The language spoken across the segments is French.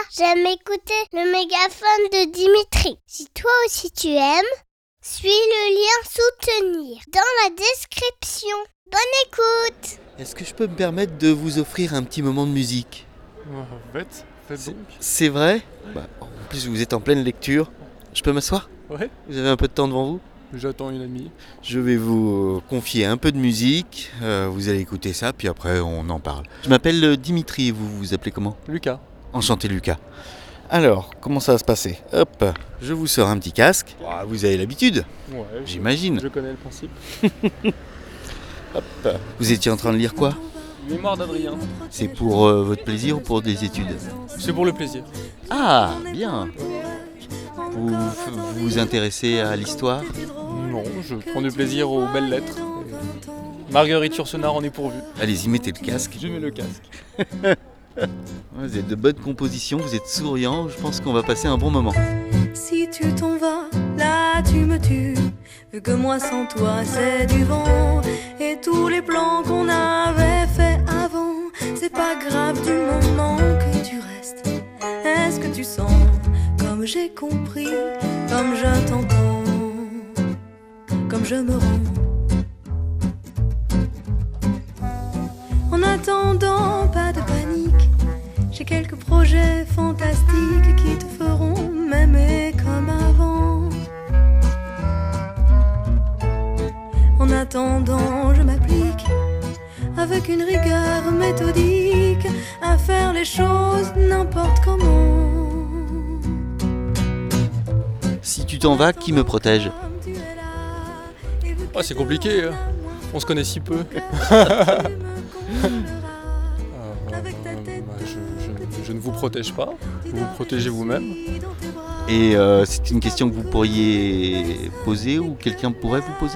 j'aime écouter le mégaphone de Dimitri. Si toi aussi tu aimes, suis le lien soutenir dans la description. Bonne écoute! Est-ce que je peux me permettre de vous offrir un petit moment de musique ? Faites donc. C'est vrai ? En plus, vous êtes en pleine lecture. Je peux m'asseoir ? Ouais, Vous avez un peu de temps devant vous ? j'attends une amie. Je vais vous confier un peu de musique. Vous allez écouter ça, puis après on en parle. Je m'appelle Dimitri, vous vous appelez comment ? Lucas. Enchanté Lucas. Alors, comment ça va se passer ? Hop, je vous sors un petit casque. Vous avez l'habitude, Ouais, j'imagine. je connais le principe. Hop. Vous étiez en train de lire quoi ? Mémoire d'Adrien. C'est pour votre plaisir ou pour des études ? C'est pour le plaisir. Ah, bien. Vous vous intéressez à l'histoire ? Non, je prends du plaisir aux belles lettres. Marguerite Yourcenar en est pourvue. Allez-y, mettez le casque. Je mets le casque. Vous êtes de bonne composition, vous êtes souriant, je pense qu'on va passer un bon moment. Si tu t'en vas, là tu me tues. Vu que moi sans toi c'est du vent. Et tous les plans qu'on avait fait avant, c'est pas grave du moment que tu restes. Est-ce que tu sens comme j'ai compris, comme je t'entends, comme je me rends? En attendant, pas de panique. J'ai quelques projets fantastiques qui te feront m'aimer comme avant. En attendant, je m'applique avec une rigueur méthodique à faire les choses n'importe comment. Si tu t'en vas, qui me protège ? C'est compliqué, hein. On se connaît si peu. Je ne vous protège pas, vous vous protégez vous-même. Et c'est une question que vous pourriez poser ou quelqu'un pourrait vous poser ?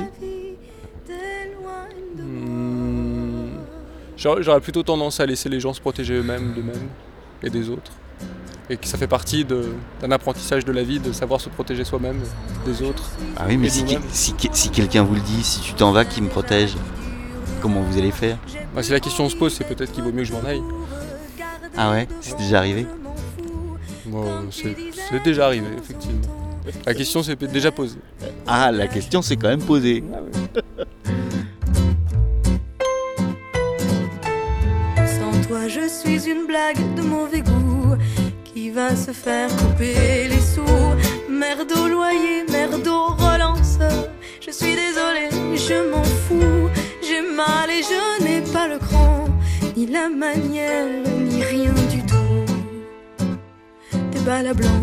J'aurais plutôt tendance à laisser les gens se protéger eux-mêmes, d'eux-mêmes et des autres. Et que ça fait partie d'un apprentissage de la vie, de savoir se protéger soi-même, des autres. Ah oui, mais et nous-mêmes. si quelqu'un vous le dit, si tu t'en vas, qui me protège ? Comment vous allez faire ? Si la question se pose, c'est peut-être qu'il vaut mieux que je m'en aille. Ah ouais, c'est déjà arrivé ? C'est déjà arrivé, effectivement. La question s'est déjà posée. Ah, la question s'est quand même posée. Sans toi, je suis une blague de mauvais goût qui va se faire couper les sous. Merde au loyer, merde au relanceur. Je suis désolée, je m'en fous. J'ai mal et je n'ai pas le cran, ni la manière, ni rien du tout. Des balles à blanc.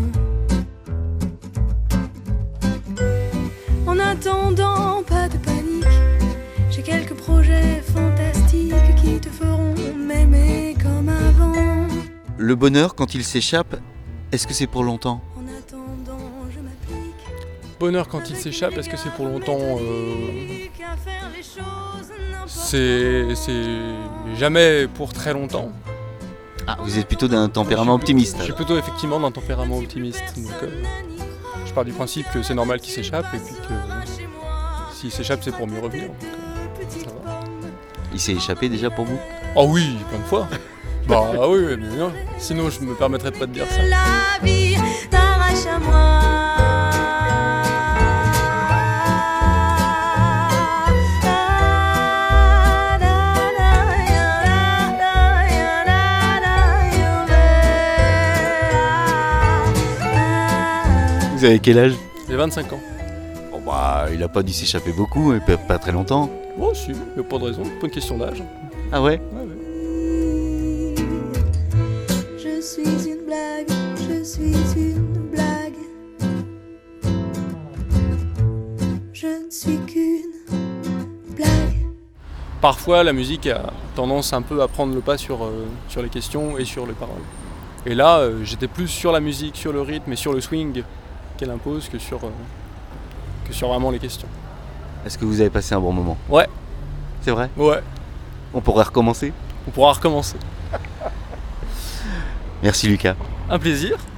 En attendant, pas de panique. J'ai quelques projets fantastiques qui te feront m'aimer comme avant. Le bonheur, quand il s'échappe, est-ce que c'est pour longtemps ? En attendant, je m'applique. Bonheur quand il s'échappe, est-ce que c'est pour longtemps Qu'à faire les choses n'importe C'est jamais pour très longtemps. Ah, vous êtes plutôt d'un tempérament optimiste. Je suis plutôt effectivement d'un tempérament optimiste. Donc, je pars du principe que c'est normal qu'il s'échappe et puis que s'il s'échappe, c'est pour mieux revenir. Donc, ça va. Il s'est échappé déjà pour vous ? Oh oui, plein de fois. Oui, bien sûr. Sinon, je me permettrais pas de dire ça. La vie t'arrache à moi. Vous avez quel âge ? J'ai 25 ans. Il a pas dû s'échapper beaucoup, mais pas très longtemps. Bon, si, il n'y a pas de raison, pas une question d'âge. Ah ouais ? Ouais. Je suis une blague, je suis une blague. Je ne suis qu'une blague. Parfois, la musique a tendance un peu à prendre le pas sur les questions et sur les paroles. Et là, j'étais plus sur la musique, sur le rythme et sur le swing qu'elle impose que sur vraiment les questions. Est-ce que vous avez passé un bon moment ? Ouais, C'est vrai ? ouais, On pourrait recommencer ? on pourra recommencer. Merci Lucas. Un plaisir.